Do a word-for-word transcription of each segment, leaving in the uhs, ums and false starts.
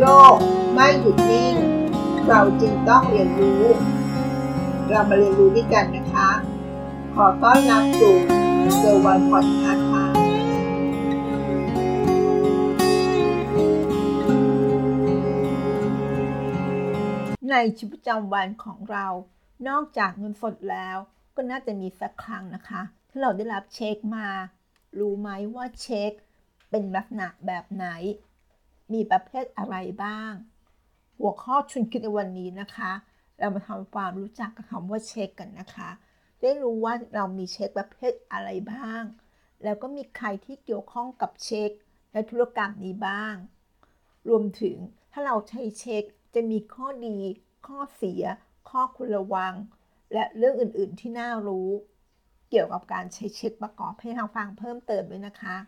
กไม่หยุดนิ่งเราจึงต้องเรียนรู้เรามาเรียนรู้ด้วยกันนะคะขอต้อนรับสู่เซอร์วันพอดคาสต์ค่ะในชีวิตประจำวันของเรานอกจากเงินสดแล้วก็น่าจะมีสักครั้งนะคะที่เราได้รับเช็คมารู้ไหมว่าเช็คเป็นลักษณะแบบไหนมีประเภทอะไรบ้างหัวข้อชวนคิดในวันนี้นะคะเรามาทำความรู้จักกับคำว่าเช็คกันนะคะได้รู้ว่าเรามีเช็คประเภทอะไรบ้างแล้วก็มีใครที่เกี่ยวข้องกับเช็คและธุรกรรมนี้บ้างรวมถึงถ้าเราใช้เช็คจะมีข้อดีข้อเสียข้อควรระวังและเรื่องอื่นๆที่น่ารู้เกี่ยวกับการใช้เช็คประกอบให้เราฟังเพิ่มเติมด้วยนะคะ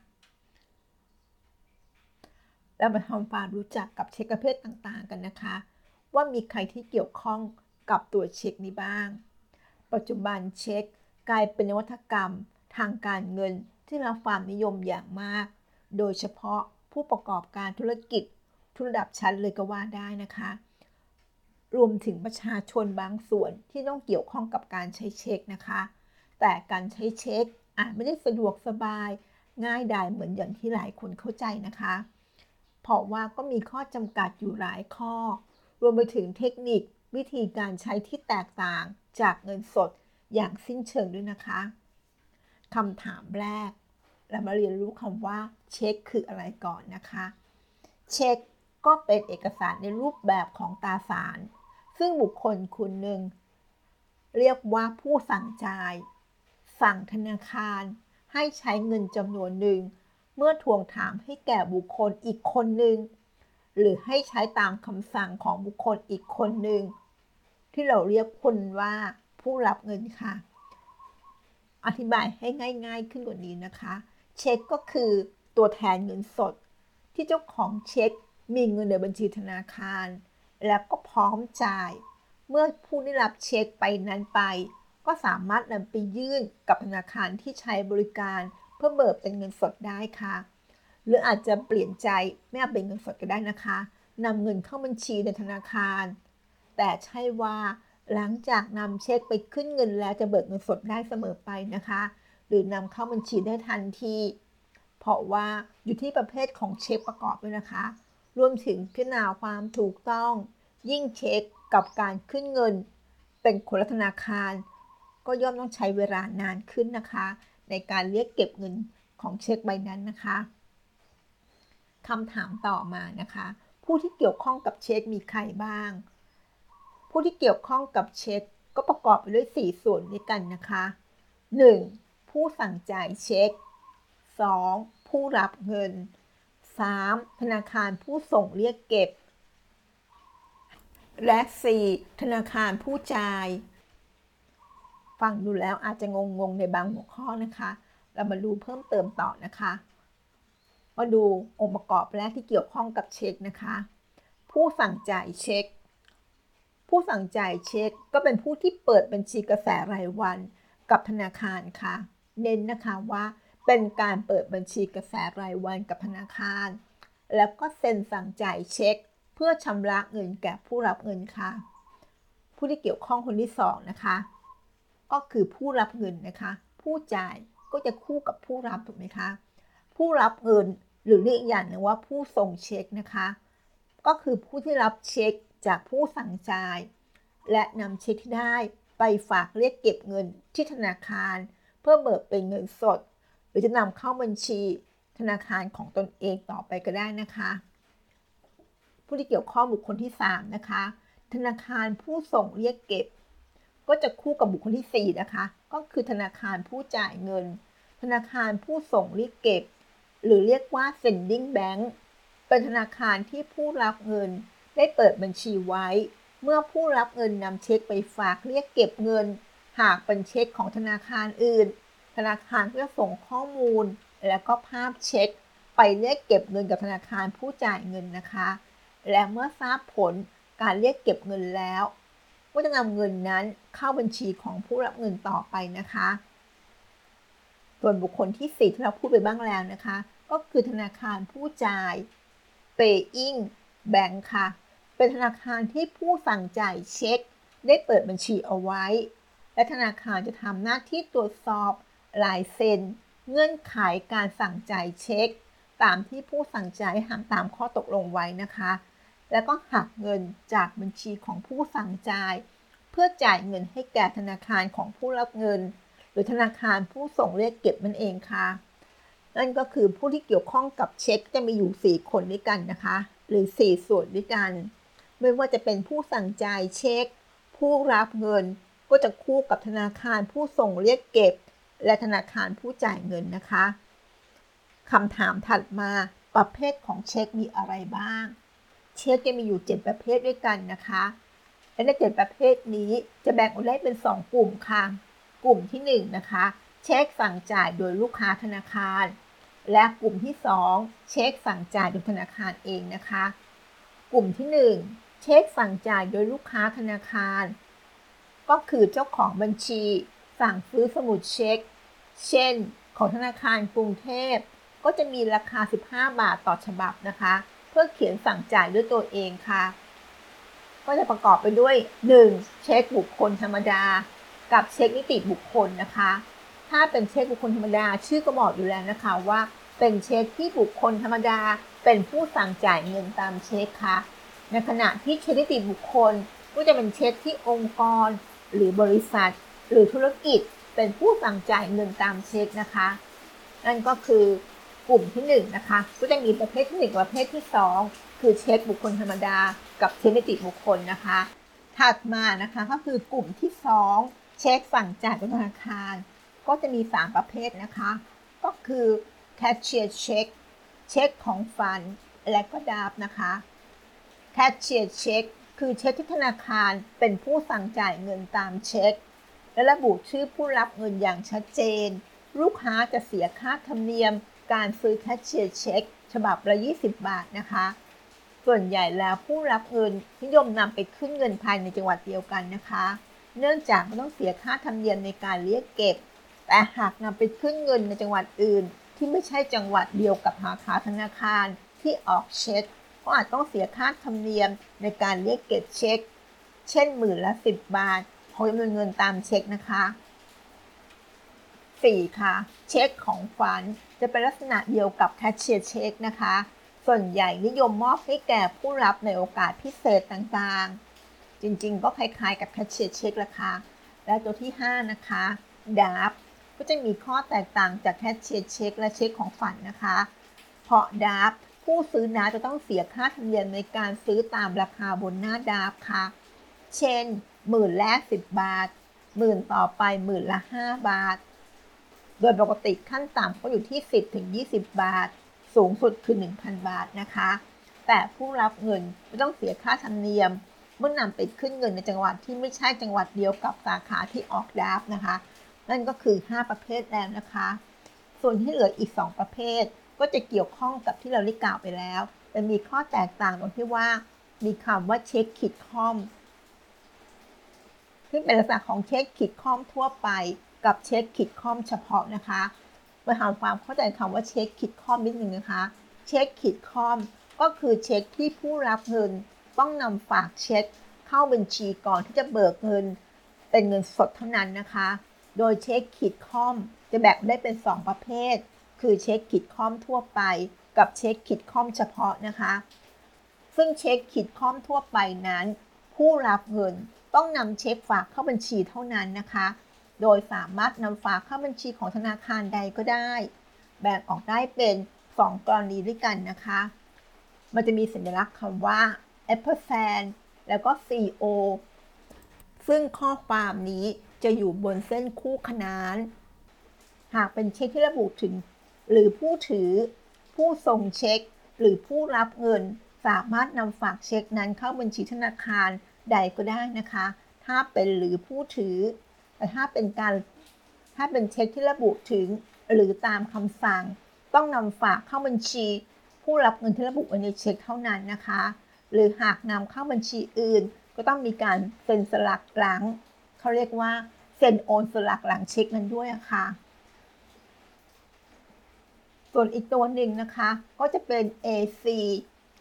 เรามาทำความรู้จักกับเช็คประเภทต่างๆกันนะคะว่ามีใครที่เกี่ยวข้องกับตัวเช็คนี้บ้างปัจจุบันเช็คกลายเป็นนวัตกรรมทางการเงินที่ได้รับความนิยมอย่างมากโดยเฉพาะผู้ประกอบการธุรกิจทุกระดับชั้นเลยก็ว่าได้นะคะรวมถึงประชาชนบางส่วนที่ต้องเกี่ยวข้องกับการใช้เช็คนะคะแต่การใช้เช็คอาจไม่ได้สะดวกสบายง่ายดายเหมือนอย่างที่หลายคนเข้าใจนะคะเพราะว่าก็มีข้อจำกัดอยู่หลายข้อรวมไปถึงเทคนิควิธีการใช้ที่แตกต่างจากเงินสดอย่างสิ้นเชิงด้วยนะคะคำถามแรกเรามาเรียนรู้คำว่าเช็คคืออะไรก่อนนะคะเช็คก็เป็นเอกสารในรูปแบบของตราสารซึ่งบุคคลคนหนึ่งเรียกว่าผู้สั่งจ่ายสั่งธนาคารให้ใช้เงินจำนวนหนึ่งเมื่อทวงถามให้แก่บุคคลอีกคนหนึ่งหรือให้ใช้ตามคำสั่งของบุคคลอีกคนหนึ่งที่เราเรียกคนว่าผู้รับเงินค่ะอธิบายให้ง่ายๆขึ้นกว่านี้นะคะเช็คก็คือตัวแทนเงินสดที่เจ้าของเช็คมีเงินในบัญชีธนาคารและก็พร้อมจ่ายเมื่อผู้ได้รับเช็คไปนั้นไปก็สามารถนำไปยื่นกับธนาคารที่ใช้บริการเพื่อเบิกเป็นเงินสดได้ค่ะหรืออาจจะเปลี่ยนใจไม่เอาเป็นเงินสดก็ได้นะคะนำเงินเข้าบัญชีในธนาคารแต่ใช่ว่าหลังจากนำเช็คไปขึ้นเงินแล้วจะเบิกเงินสดได้เสมอไปนะคะหรือนำเข้าบัญชีได้ทันทีเพราะว่าอยู่ที่ประเภทของเช็คประกอบด้วยนะคะรวมถึงพิจารณาความถูกต้องยิ่งเช็คกับการขึ้นเงินเป็นคนละธนาคารก็ย่อมต้องใช้เวลานานขึ้นนะคะในการเรียกเก็บเงินของเช็คใบนั้นนะคะคำถามต่อมานะคะผู้ที่เกี่ยวข้องกับเช็คมีใครบ้างผู้ที่เกี่ยวข้องกับเช็คก็ประกอบไปด้วยสี่ส่วนด้วยกันนะคะหนึ่งผู้สั่งจ่ายเช็คสองผู้รับเงินสามธนาคารผู้ส่งเรียกเก็บและสี่ธนาคารผู้จ่ายฟังดูแล้วอาจจะงงๆในบางหัวข้อนะคะเรามาดูเพิ่มเติมต่อนะคะมาดูองค์ประกอบแรกที่เกี่ยวข้องกับเช็คนะคะผู้สั่งจ่ายเช็คผู้สั่งจ่ายเช็คก็เป็นผู้ที่เปิดบัญชีกระแสรายวันกับธนาคารค่ะเน้นนะคะว่าเป็นการเปิดบัญชีกระแสรายวันกับธนาคารแล้วก็เซ็นสั่งจ่ายเช็คเพื่อชำระเงินแก่ผู้รับเงินค่ะผู้ที่เกี่ยวข้องคนที่สองนะคะก็คือผู้รับเงินนะคะผู้จ่ายก็จะคู่กับผู้รับถูกไหมคะผู้รับเงินหรือเรียกอย่างนึงว่าผู้ส่งเช็คนะคะก็คือผู้ที่รับเช็คจากผู้สั่งจ่ายและนำเช็คที่ได้ไปฝากเรียกเก็บเงินที่ธนาคารเพื่อเบิกเป็นเงินสดหรือจะนำเข้าบัญชีธนาคารของตนเองต่อไปก็ได้นะคะผู้ที่เกี่ยวข้องบุคคลที่สามนะคะธนาคารผู้ส่งเรียกเก็บก็จะคู่กับบุคคลที่สี่นะคะก็คือธนาคารผู้จ่ายเงินธนาคารผู้ส่งเรียกเก็บหรือเรียกว่า sending bank เป็นธนาคารที่ผู้รับเงินได้เปิดบัญชีไว้เมื่อผู้รับเงินนำเช็คไปฝากเรียกเก็บเงินหากเป็นเช็คของธนาคารอื่นธนาคารก็จะส่งข้อมูลและก็ภาพเช็คไปเรียกเก็บเงินกับธนาคารผู้จ่ายเงินนะคะและเมื่อทราบผลการเรียกเก็บเงินแล้วก็จะนำเงินนั้นเข้าบัญชีของผู้รับเงินต่อไปนะคะส่วนบุคคลที่สี่ที่เราพูดไปบ้างแล้วนะคะก็คือธนาคารผู้จ่าย Paying แบงก์ค่ะเป็นธนาคารที่ผู้สั่งจ่ายเช็คได้เปิดบัญชีเอาไว้และธนาคารจะทำหน้าที่ตรวจสอบลายเซ็นเงื่อนไขการสั่งจ่ายเช็คตามที่ผู้สั่งจ่ายทำตามข้อตกลงไว้นะคะแล้วก็หักเงินจากบัญชีของผู้สั่งจ่ายเพื่อจ่ายเงินให้แก่ธนาคารของผู้รับเงินหรือธนาคารผู้ส่งเรียกเก็บนั่นเองค่ะนั่นก็คือผู้ที่เกี่ยวข้องกับเช็คจะมีอยู่สี่คนด้วยกันนะคะหรือสี่ส่วนด้วยกันไม่ว่าจะเป็นผู้สั่งจ่ายเช็คผู้รับเงินก็จะคู่กับธนาคารผู้ส่งเรียกเก็บและธนาคารผู้จ่ายเงินนะคะคำถามถัดมาประเภทของเช็คมีอะไรบ้างเช็คจะมีอยู่เจ็ดประเภทด้วยกันนะคะและในเจ็ดประเภทนี้จะแบ่งออกได้เป็นสองกลุ่มค่ะกลุ่มที่หนึ่งนะคะเช็คสั่งจ่ายโดยลูกค้าธนาคารและกลุ่มที่สองเช็คสั่งจ่ายโดยธนาคารเองนะคะกลุ่มที่หนึ่งเช็คสั่งจ่ายโดยลูกค้าธนาคารก็คือเจ้าของบัญชีสั่งซื้อสมุดเช็คเช่นของธนาคารกรุงเทพก็จะมีราคาสิบห้าบาทต่อฉบับนะคะเพื่อเขียนสั่งจ่ายด้วยตัวเองค่ะก็จะประกอบไปด้วยหนึ่งเช็คบุคคลธรรมดากับเช็คนิติบุคคลนะคะถ้าเป็นเช็คบุคคลธรรมดาชื่อก็บอกอยู่แล้วนะคะว่าเป็นเช็คที่บุคคลธรรมดาเป็นผู้สั่งจ่ายเงินตามเช็คค่ะในขณะที่เช็คนิติบุคคลก็จะเป็นเช็คที่องค์กรหรือบริษัทหรือธุรกิจเป็นผู้สั่งจ่ายเงินตามเช็คนะคะนั่นก็คือกลุ่มที่หนึ่งนะคะก็จะมีประเภทที่หนึ่งกับประเภทที่สองคือเช็คบุคคลธรรมดากับเช็คนิติบุคคลนะคะถัดมานะคะก็คือกลุ่มที่สองเช็คสั่งจ่ายธนาคารก็จะมีสามประเภทนะคะก็คือ cashier check เช็คของฟันและก็ดราฟนะคะ cashier check คือเช็คที่ธนาคารเป็นผู้สั่งจ่ายเงินตามเช็คและระบุชื่อผู้รับเงินอย่างชัดเจนลูกค้าจะเสียค่าธรรมเนียมการซื้อ cashier check ฉบับละยี่สิบบาทนะคะส่วนใหญ่แล้วผู้รับเงินนิยมนำไปขึ้นเงินภายในจังหวัดเดียวกันนะคะเนื่องจากไม่ต้องเสียค่าธรรมเนียมในการเรียกเก็บแต่หากนำไปขึ้นเงินในจังหวัดอื่นที่ไม่ใช่จังหวัดเดียวกับสาขาธนาคารที่ออกเช็คก็อาจต้องเสียค่าธรรมเนียมในการเรียกเก็บเช็คเช่นหมื่นละสิบบาทของจำนวนเงินตามเช็คนะคะสี่ค่ะเช็คของฝันจะเป็นลักษณะเดียวกับแคชเชียร์เช็คนะคะส่วนใหญ่นิยมมอบให้แก่ผู้รับในโอกาสพิเศษต่างๆจริงๆก็คล้ายๆกับแคชเชียร์เช็คละค่ะและตัวที่ห้านะคะดราฟก็จะมีข้อแตกต่างจากแคชเชียร์เช็คและเช็คของฝันนะคะเพราะดราฟผู้ซื้อดราฟจะต้องเสียค่าธรรมเนียมในการซื้อตามราคาบนหน้าดราฟค่ะเช่นหมื่นแรกสิบบาทหมื่นต่อไปหมื่นละห้าบาทโดยปกติขั้นต่ำก็อยู่ที่ สิบถึงยี่สิบ บาทสูงสุดคือ หนึ่งพัน บาทนะคะแต่ผู้รับเงินไม่ต้องเสียค่าธรรมเนียมเมื่อนำไปขึ้นเงินในจังหวัดที่ไม่ใช่จังหวัดเดียวกับสาขาที่ออกดราฟนะคะนั่นก็คือห้าประเภทแล้วนะคะส่วนที่เหลืออีกสองประเภทก็จะเกี่ยวข้องกับที่เราได้กล่าวไปแล้วแต่มีข้อแตกต่างตรงที่ว่ามีคำว่าเช็คขีดค่อมซึ่งเป็นลักษณะของเช็คขีดค่อมทั่วไปกับเช็คขีดค่อมเฉพาะนะคะมาทำความเข้าใจคำว่าเช็คขีดค่อมนิดนึงนะคะเช็คขีดค่อมก็คือเช็คที่ผู้รับเงินต้องนำฝากเช็คเข้าบัญชีก่อนที่จะเบิกเงินเป็นเงินสดเท่านั้นนะคะโดยเช็คขีดค่อมจะแบ่งได้เป็นสองประเภทคือเช็คขีดค่อมทั่วไปกับเช็คขีดค่อมเฉพาะนะคะซึ่งเช็คขีดค่อมทั่วไปนั้นผู้รับเงินต้องนำเช็คฝากเข้าบัญชีเท่านั้นนะคะโดยสามารถนำฝากเข้าบัญชีของธนาคารใดก็ได้แบ่งออกได้เป็นสองกรณีด้วยกันนะคะมันจะมีสัญลักษณ์คำว่า ampersand แล้วก็ ซี โอ ซึ่งข้อความนี้จะอยู่บนเส้นคู่ขนานหากเป็นเช็คที่ระบุถึงหรือผู้ถือผู้ส่งเช็คหรือผู้รับเงินสามารถนำฝากเช็คนั้นเข้าบัญชีธนาคารใดก็ได้นะคะถ้าเป็นหรือผู้ถือแต่ถ้าเป็นการถ้าเป็นเช็คที่ระบุถึงหรือตามคำสั่งต้องนำฝากเข้าบัญชีผู้รับเงินที่ระบุไว้ในเช็คเท่านั้นนะคะหรือหากนำเข้าบัญชีอื่นก็ต้องมีการเซ็นสลักหลังเขาเรียกว่าเซ็นโอนสลักหลังเช็คนั้นด้วยค่ะส่วนอีกตัวหนึ่งนะคะก็จะเป็น เอ ซี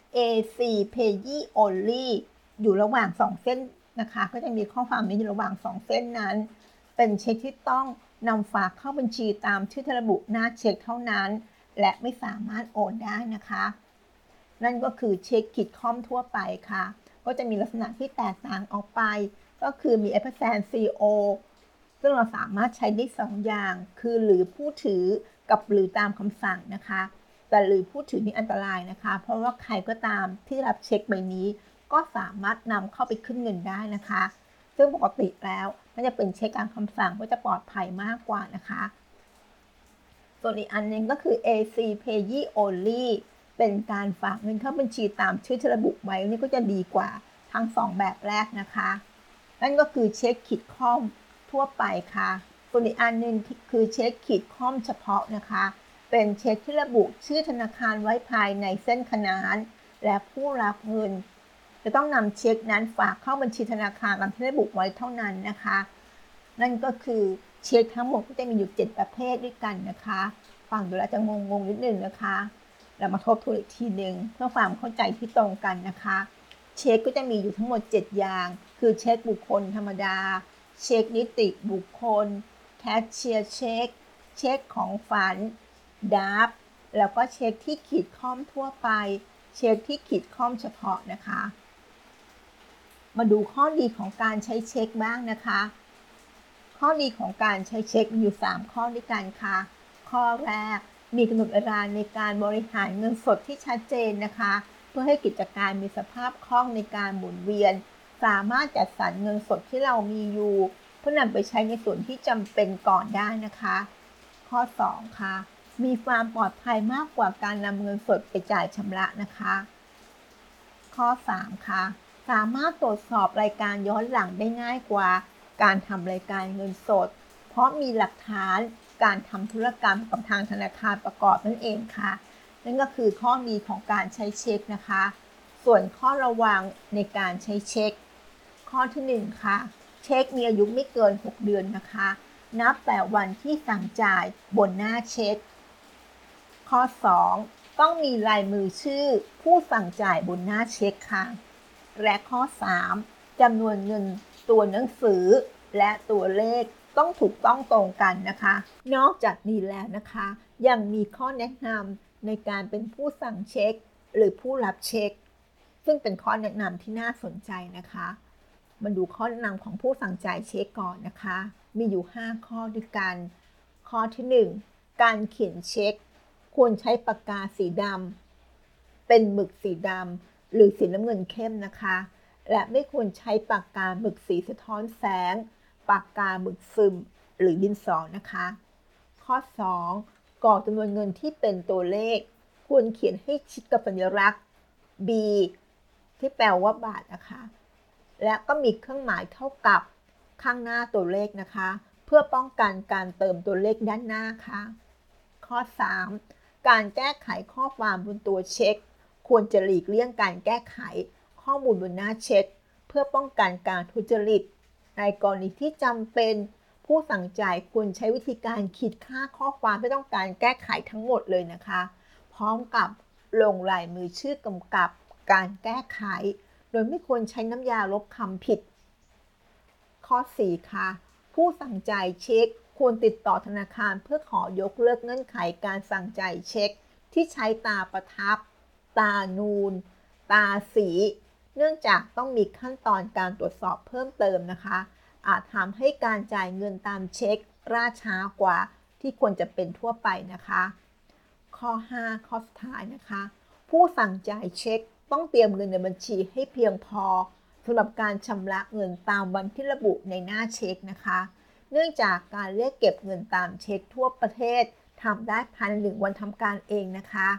เอ ซี Payee Only อยู่ระหว่างสองเส้นนะคะก็จะมีข้อความนี้อยู่ระหว่างสองเส้นนั้นเป็นเช็คที่ต้องนำฝากเข้าบัญชีตามชื่อที่ระบุหน้าเช็คเท่านั้นและไม่สามารถโอนได้นะคะนั่นก็คือเช็คขีดคอมทั่วไปค่ะก็จะมีลักษณะที่แตกต่างออกไปก็คือมี ampersand ซี โอ ซึ่งเราสามารถใช้ได้สองอย่างคือหรือผู้ถือกับหรือตามคำสั่งนะคะแต่หรือผู้ถือนี่อันตรายนะคะเพราะว่าใครก็ตามที่รับเช็คใบนี้ก็สามารถนำเข้าไปขึ้นเงินได้นะคะซึ่งปกติแล้วมันจะเป็นเช็คตามคำสั่งก็จะปลอดภัยมากกว่านะคะส่วนอีกอันนึงก็คือ เอ ซี Payee Only เป็นการฝากเงินเข้าบัญชีตามชื่อที่ระบุไว้นี่ก็จะดีกว่าทั้งสองแบบแรกนะคะนั่นก็คือเช็คขีดคอมทั่วไปค่ะส่วนอีกอันนึงคือเช็คขีดคอมเฉพาะนะคะเป็นเช็คที่ระบุชื่อธนาคารไว้ภายในเส้นขนานและผู้รับเงินจะต้องนำเช็คนั้นฝากเข้าบัญชีธนาคารตามที่ระบุไว้เท่านั้นนะคะนั่นก็คือเช็คทั้งหมดก็จะมีอยู่เจ็ดประเภทด้วยกันนะคะฟังดูแล้วจะงงๆนิดนึงนะคะเรามาทบทวนอีกทีหนึ่งเพื่อความเข้าใจที่ตรงกันนะคะเช็คก็จะมีอยู่ทั้งหมดเจ็ดอย่างคือเช็คบุคคลธรรมดาเช็คนิติบุคคลแคชเชียร์เช็คเช็คของฝันดับแล้วก็เช็คที่ขีดค่อมทั่วไปเช็คที่ขีดค่อมเฉพาะนะคะมาดูข้อดีของการใช้เช็คบ้างนะคะข้อดีของการใช้เช็คมีอยู่สามข้อด้วยกันค่ะข้อแรกมีกำหนดเวลาในการบริหารเงินสดที่ชัดเจนนะคะเพื่อให้กิจการมีสภาพคล่องในการหมุนเวียนสามารถจัดสรรเงินสดที่เรามีอยู่เพื่อนำไปใช้ในส่วนที่จำเป็นก่อนได้นะคะข้อสองค่ะมีความปลอดภัยมากกว่าการนำเงินสดไปจ่ายชำระนะคะข้อสามค่ะสามารถตรวจสอบรายการย้อนหลังได้ง่ายกว่าการทำรายการเงินสดเพราะมีหลักฐานการทำธุรกรรมกับทางธนาคารประกอบนั่นเองค่ะนั่นก็คือข้อดีของการใช้เช็คนะคะส่วนข้อระวังในการใช้เช็คข้อที่หนึ่งค่ะเช็คมีอายุไม่เกินหกเดือนนะคะนับแต่วันที่สั่งจ่ายบนหน้าเช็คข้อสองต้องมีลายมือชื่อผู้สั่งจ่ายบนหน้าเช็คค่ะและข้อสามจำนวนเงินตัวหนังสือและตัวเลขต้องถูกต้องตรงกันนะคะนอกจากนี้แล้วนะคะยังมีข้อแนะนำในการเป็นผู้สั่งเช็คหรือผู้รับเช็คซึ่งเป็นข้อแนะนำที่น่าสนใจนะคะมาดูข้อแนะนำของผู้สั่งจ่ายเช็คก่อนนะคะมีอยู่ห้าข้อด้วยกันข้อที่หนึ่งการเขียนเช็คควรใช้ปากกาสีดำเป็นหมึกสีดำหรือสีน้ำเงินเข้มนะคะและไม่ควรใช้ปากกาหมึกสีสะท้อนแสงปากกาหมึกซึมหรือดินสอนะคะข้อสองกรอกจำนวนเงินที่เป็นตัวเลขควรเขียนให้ชิดกับสัญลักษณ์ B ที่แปลว่าบาทนะคะและก็มีเครื่องหมายเท่ากับข้างหน้าตัวเลขนะคะเพื่อป้องกันการเติมตัวเลขด้านหน้าค่ะข้อสามการแก้ไขข้อความบนตัวเช็คควรจะหลีกเลี่ยงการแก้ไขข้อมูลบนหน้าเช็คเพื่อป้องกันการทุจริตในกรณีที่จำเป็นผู้สั่งจ่ายควรใช้วิธีการขีดค่าข้อความที่ต้องการแก้ไขทั้งหมดเลยนะคะพร้อมกับลงลายมือชื่อกำกับการแก้ไขโดยไม่ควรใช้น้ำยาลบคำผิดข้อสี่ค่ะผู้สั่งจ่ายเช็คควรติดต่อธนาคารเพื่อขอยกเลิกเงื่อนไขการสั่งจ่ายเช็คที่ใช้ตาประทับตานูนตาสีเนื่องจากต้องมีขั้นตอนการตรวจสอบเพิ่มเติมนะคะอาจทำให้การจ่ายเงินตามเช็คล่าช้ากว่าที่ควรจะเป็นทั่วไปนะคะข้อห้าข้อสุดท้ายนะคะผู้สั่งจ่ายเช็คต้องเตรียมเงินในบัญชีให้เพียงพอสำหรับการชำระเงินตามวันที่ระบุในหน้าเช็คนะคะเนื่องจากการเรียกเก็บเงินตามเช็คทั่วประเทศทำได้ภายในหนึ่งวันทำการเองนะคะ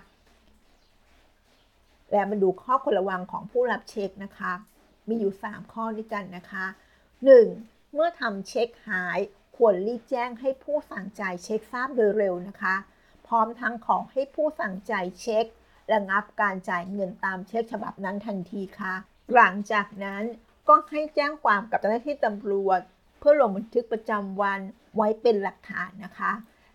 และมาดูข้อควรระวังของผู้รับเช็คนะคะมีอยู่สามข้อด้วยกันนะคะหนึ่งเมื่อทำเช็คหายควรรีบแจ้งให้ผู้สั่งจ่ายเช็คทราบโดยเร็วนะคะพร้อมทั้งขอให้ผู้สั่งจ่ายเช็คระงับการจ่ายเงินตามเช็คฉบับนั้นทันทีค่ะหลังจากนั้นก็ให้แจ้งความกับเจ้าหน้าที่ตำรวจเพื่อลงบันทึกประจำวันไว้เป็นหลักฐานนะคะ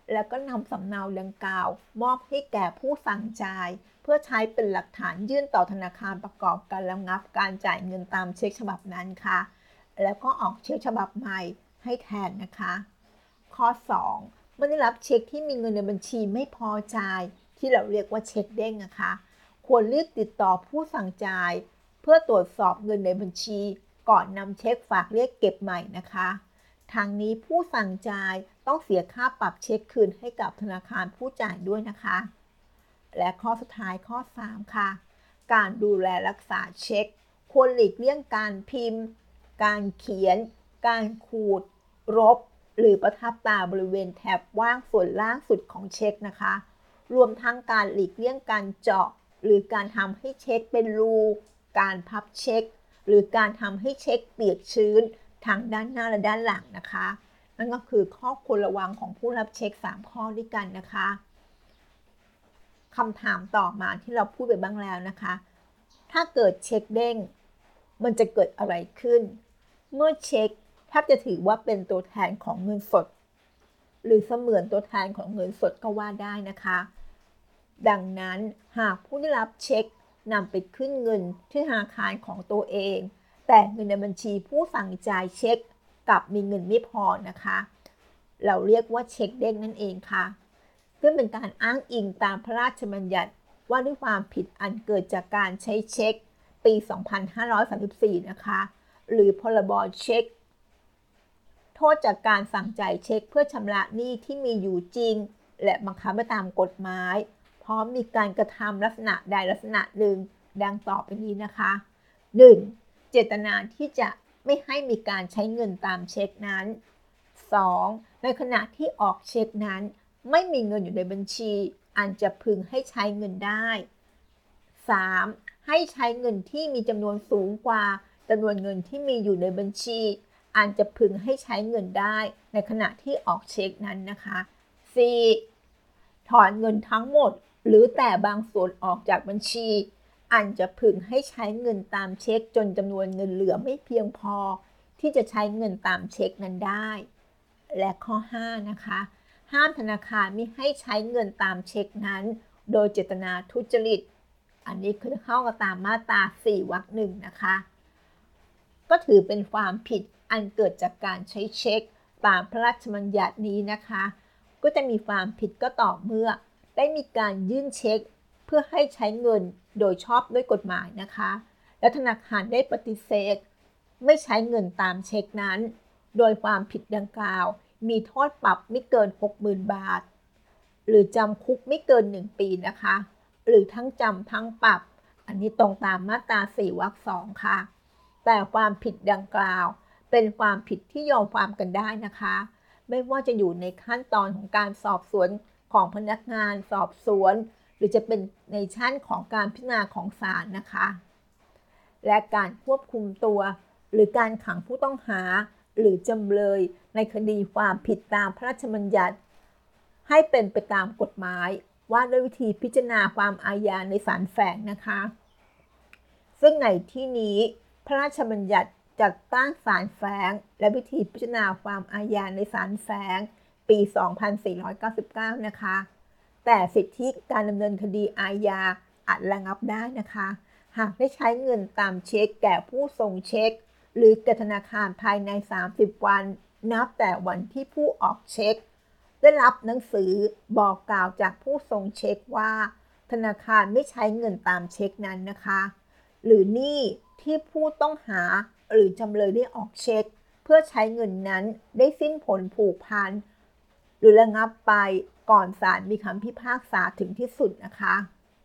แล้วก็นำสำเนาดังกล่าวมอบให้แก่ผู้สั่งจ่ายเพื่อใช้เป็นหลักฐานยื่นต่อธนาคารประกอบการระงับการจ่ายเงินตามเช็คฉบับนั้นค่ะแล้วก็ออกเช็คฉบับใหม่ให้แทนนะคะข้อสองเมื่อได้รับเช็คที่มีเงินในบัญชีไม่พอจ่ายที่เราเรียกว่าเช็คเด้งนะคะควรรีบติดต่อผู้สั่งจ่ายเพื่อตรวจสอบเงินในบัญชีก่อนนำเช็คฝากเรียกเก็บใหม่นะคะทางนี้ผู้สั่งจ่ายต้องเสียค่าปรับเช็คคืนให้กับธนาคารผู้จ่ายด้วยนะคะและข้อสุดท้ายข้อสามค่ะการดูแลรักษาเช็คควรหลีกเลี่ยงการพิมพ์การเขียนการขูดรบหรือประทับตาบริเวณแถบว่างส่วนล่างสุดของเช็คนะคะรวมทั้งการหลีกเลี่ยงการเจาะหรือการทำให้เช็คเป็นรูการพับเช็คหรือการทำให้เช็คเปียกชื้นทางด้านหน้าและด้านหลังนะคะนั่นก็คือข้อควรระวังของผู้รับเช็คสามข้อด้วยกันนะคะคำถามต่อมาที่เราพูดไปบ้างแล้วนะคะถ้าเกิดเช็คเด้งมันจะเกิดอะไรขึ้นเมื่อเช็คแทบจะถือว่าเป็นตัวแทนของเงินสดหรือเสมือนตัวแทนของเงินสดก็ว่าได้นะคะดังนั้นหากผู้ได้รับเช็คนำไปขึ้นเงินที่ธนาคารของตัวเองแต่เงินในบัญชีผู้สั่งจ่ายเช็คกับมีเงินไม่พอนะคะเราเรียกว่าเช็คเด้งนั่นเองค่ะซึ่งเป็นการอ้างอิงตามพระราชบัญญัติว่าด้วยความผิดอันเกิดจากการใช้เช็คปี สองพันห้าร้อยสามสิบสี่ นะคะหรือพรบเช็คโทษจากการสั่งจ่ายเช็คเพื่อชำระหนี้ที่มีอยู่จริงและบังคับตามกฎหมายพร้อมมีการกระทำลักษณะใดลักษณะหนึ่งดังต่อไปนี้นะคะ หนึ่ง. เจตนาที่จะไม่ให้มีการใช้เงินตามเช็คนั้น สอง. ในขณะที่ออกเช็คนั้นไม่มีเงินอยู่ในบัญชีอันจะพึงให้ใช้เงินได้ สาม. ให้ใช้เงินที่มีจำนวนสูงกว่าจำนวนเงินที่มีอยู่ในบัญชีอันจะพึงให้ใช้เงินได้ในขณะที่ออกเช็คนั้นนะคะ สี่. ถอนเงินทั้งหมดหรือแต่บางส่วนออกจากบัญชีอันจะพึงให้ใช้เงินตามเช็คจนจำนวนเงินเหลือไม่เพียงพอที่จะใช้เงินตามเช็คนั้นได้และข้อห้านะคะห้ามธนาคารมิให้ใช้เงินตามเช็คนั้นโดยเจตนาทุจริตอันนี้คือเข้ากับตามมาตราสี่วรรคหนึ่งนะคะก็ถือเป็นความผิดอันเกิดจากการใช้เช็คตามพระราชบัญญัตินี้นะคะก็จะมีความผิดก็ต่อเมื่อได้มีการยื่นเช็คเพื่อให้ใช้เงินโดยชอบด้วยกฎหมายนะคะและธนาคารได้ปฏิเสธไม่ใช้เงินตามเช็คนั้นโดยความผิดดังกล่าวมีโทษปรับไม่เกิน หกหมื่น บาทหรือจำคุกไม่เกินหนึ่งปีนะคะหรือทั้งจำทั้งปรับอันนี้ตรงตามมาตราสี่วรรคสองค่ะแต่ความผิดดังกล่าวเป็นความผิดที่ยอมความกันได้นะคะไม่ว่าจะอยู่ในขั้นตอนของการสอบสวนของพนักงานสอบสวนหรือจะเป็นในชั้นของการพิจารณาของศาลนะคะและการควบคุมตัวหรือการขังผู้ต้องหาหรือจำเลยในคดีความผิดตามพระราชบัญญัติให้เป็นไปตามกฎหมายว่าด้วยวิธีพิจารณาความอาญาในศาลแฝงนะคะซึ่งในที่นี้พระราชบัญญัติจัดตั้งศาลแฝงและวิธีพิจารณาความอาญาในศาลแฝงปี สองพันสี่ร้อยเก้าสิบเก้า นะคะแต่สิทธิการดำเนินคดีอาญาอาจระงับได้นะคะหากได้ใช้เงินตามเช็คแก่ผู้ส่งเช็คหรือแก่ธนาคารภายในสามสิบวันนับแต่วันที่ผู้ออกเช็คได้รับหนังสือบอกกล่าวจากผู้ส่งเช็คว่าธนาคารไม่ใช้เงินตามเช็คนั้นนะคะหรือหนี้ที่ผู้ต้องหาหรือจำเลยได้ออกเช็คเพื่อใช้เงินนั้นได้สิ้นผลผูกพันหรือระงับไปก่อนศาลมีคำพิพากษาถึงที่สุดนะคะ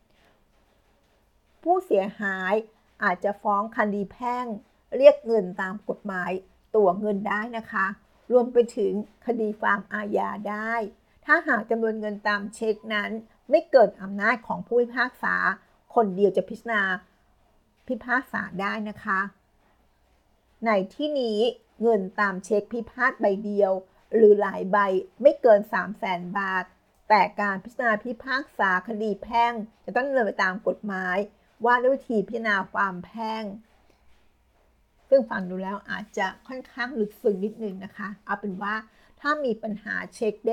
ผู้เสียหายอาจจะฟ้องคดีแพ่งเรียกเงินตามกฎหมายตัวเงินได้นะคะรวมไปถึงคดีความอาญาได้ถ้าหากจำนวนเงินตามเช็คนั้นไม่เกินอำนาจของผู้พิพากษาคนเดียวจะพิจารณาพิพากษาได้นะคะในที่นี้เงินตามเช็คพิพาทใบเดียวหรือหลายใบไม่เกิน สามแสน บาทแต่การพิจารณาพิพากษาคดีแพ่งจะต้องดำเนินไปตามกฎหมายว่าด้วยวิธีพิจารณาความแพ่งซึ่งฟังดูแล้วอาจจะค่อนข้างลึกซึ้งนิดนึงนะคะเอาเป็นว่าถ้ามีปัญหาเช็คเด้ง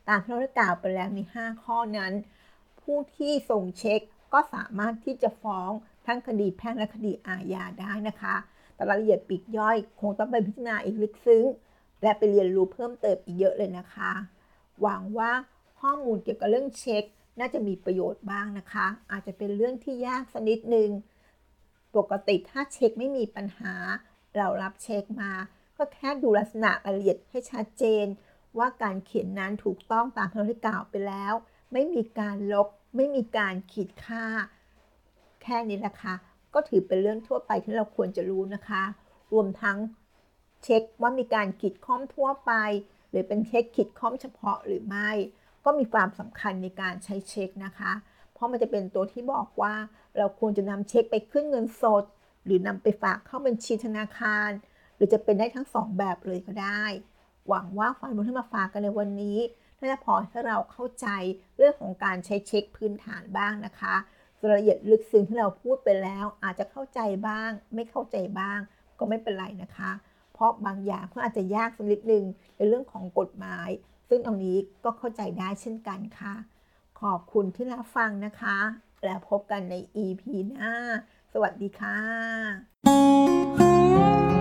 ตามที่เราได้กล่าวไปแล้วในห้าข้อนั้นผู้ที่ส่งเช็คก็สามารถที่จะฟ้องทั้งคดีแพ่งและคดีอาญาได้นะคะแต่รายละเอียดปลีกย่อยคงต้องไปพิจารณาอีกลึกซึ้งและไปเรียนรู้เพิ่มเติมอีกเยอะเลยนะคะหวังว่าข้อมูลเกี่ยวกับเรื่องเช็คน่าจะมีประโยชน์บ้างนะคะอาจจะเป็นเรื่องที่ยากสักนิดนึงปกติถ้าเช็คไม่มีปัญหาเรารับเช็คมาก็แค่ดูลักษณะรายละเอียดให้ชัดเจนว่าการเขียนนั้นถูกต้องตามที่เราได้กล่าวไปแล้วไม่มีการลบไม่มีการขีดค่าแค่นี้แหละค่ะก็ถือเป็นเรื่องทั่วไปที่เราควรจะรู้นะคะรวมทั้งเช็คว่ามีการขีดข้อมทั่วไปหรือเป็นเช็คขีดข้อมเฉพาะหรือไม่ก็มีความสำคัญในการใช้เช็คนะคะเพราะมันจะเป็นตัวที่บอกว่าเราควรจะนำเช็คไปขึ้นเงินสดหรือนำไปฝากเข้าบัญชีธนาคารหรือจะเป็นได้ทั้งสองแบบเลยก็ได้หวังว่าความรู้ที่มาฝากกันในวันนี้น่าจะพอให้เราเข้าใจเรื่องของการใช้เช็คพื้นฐานบ้างนะคะรายละเอียดลึกซึ้งที่เราพูดไปแล้วอาจจะเข้าใจบ้างไม่เข้าใจบ้างก็ไม่เป็นไรนะคะเพราะบางอย่างก็อาจจะยากสักนิดนึงในเรื่องของกฎหมายซึ่งตรงนี้ก็เข้าใจได้เช่นกันค่ะขอบคุณที่รับฟังนะคะแล้วพบกันใน อี พี หน้าสวัสดีค่ะ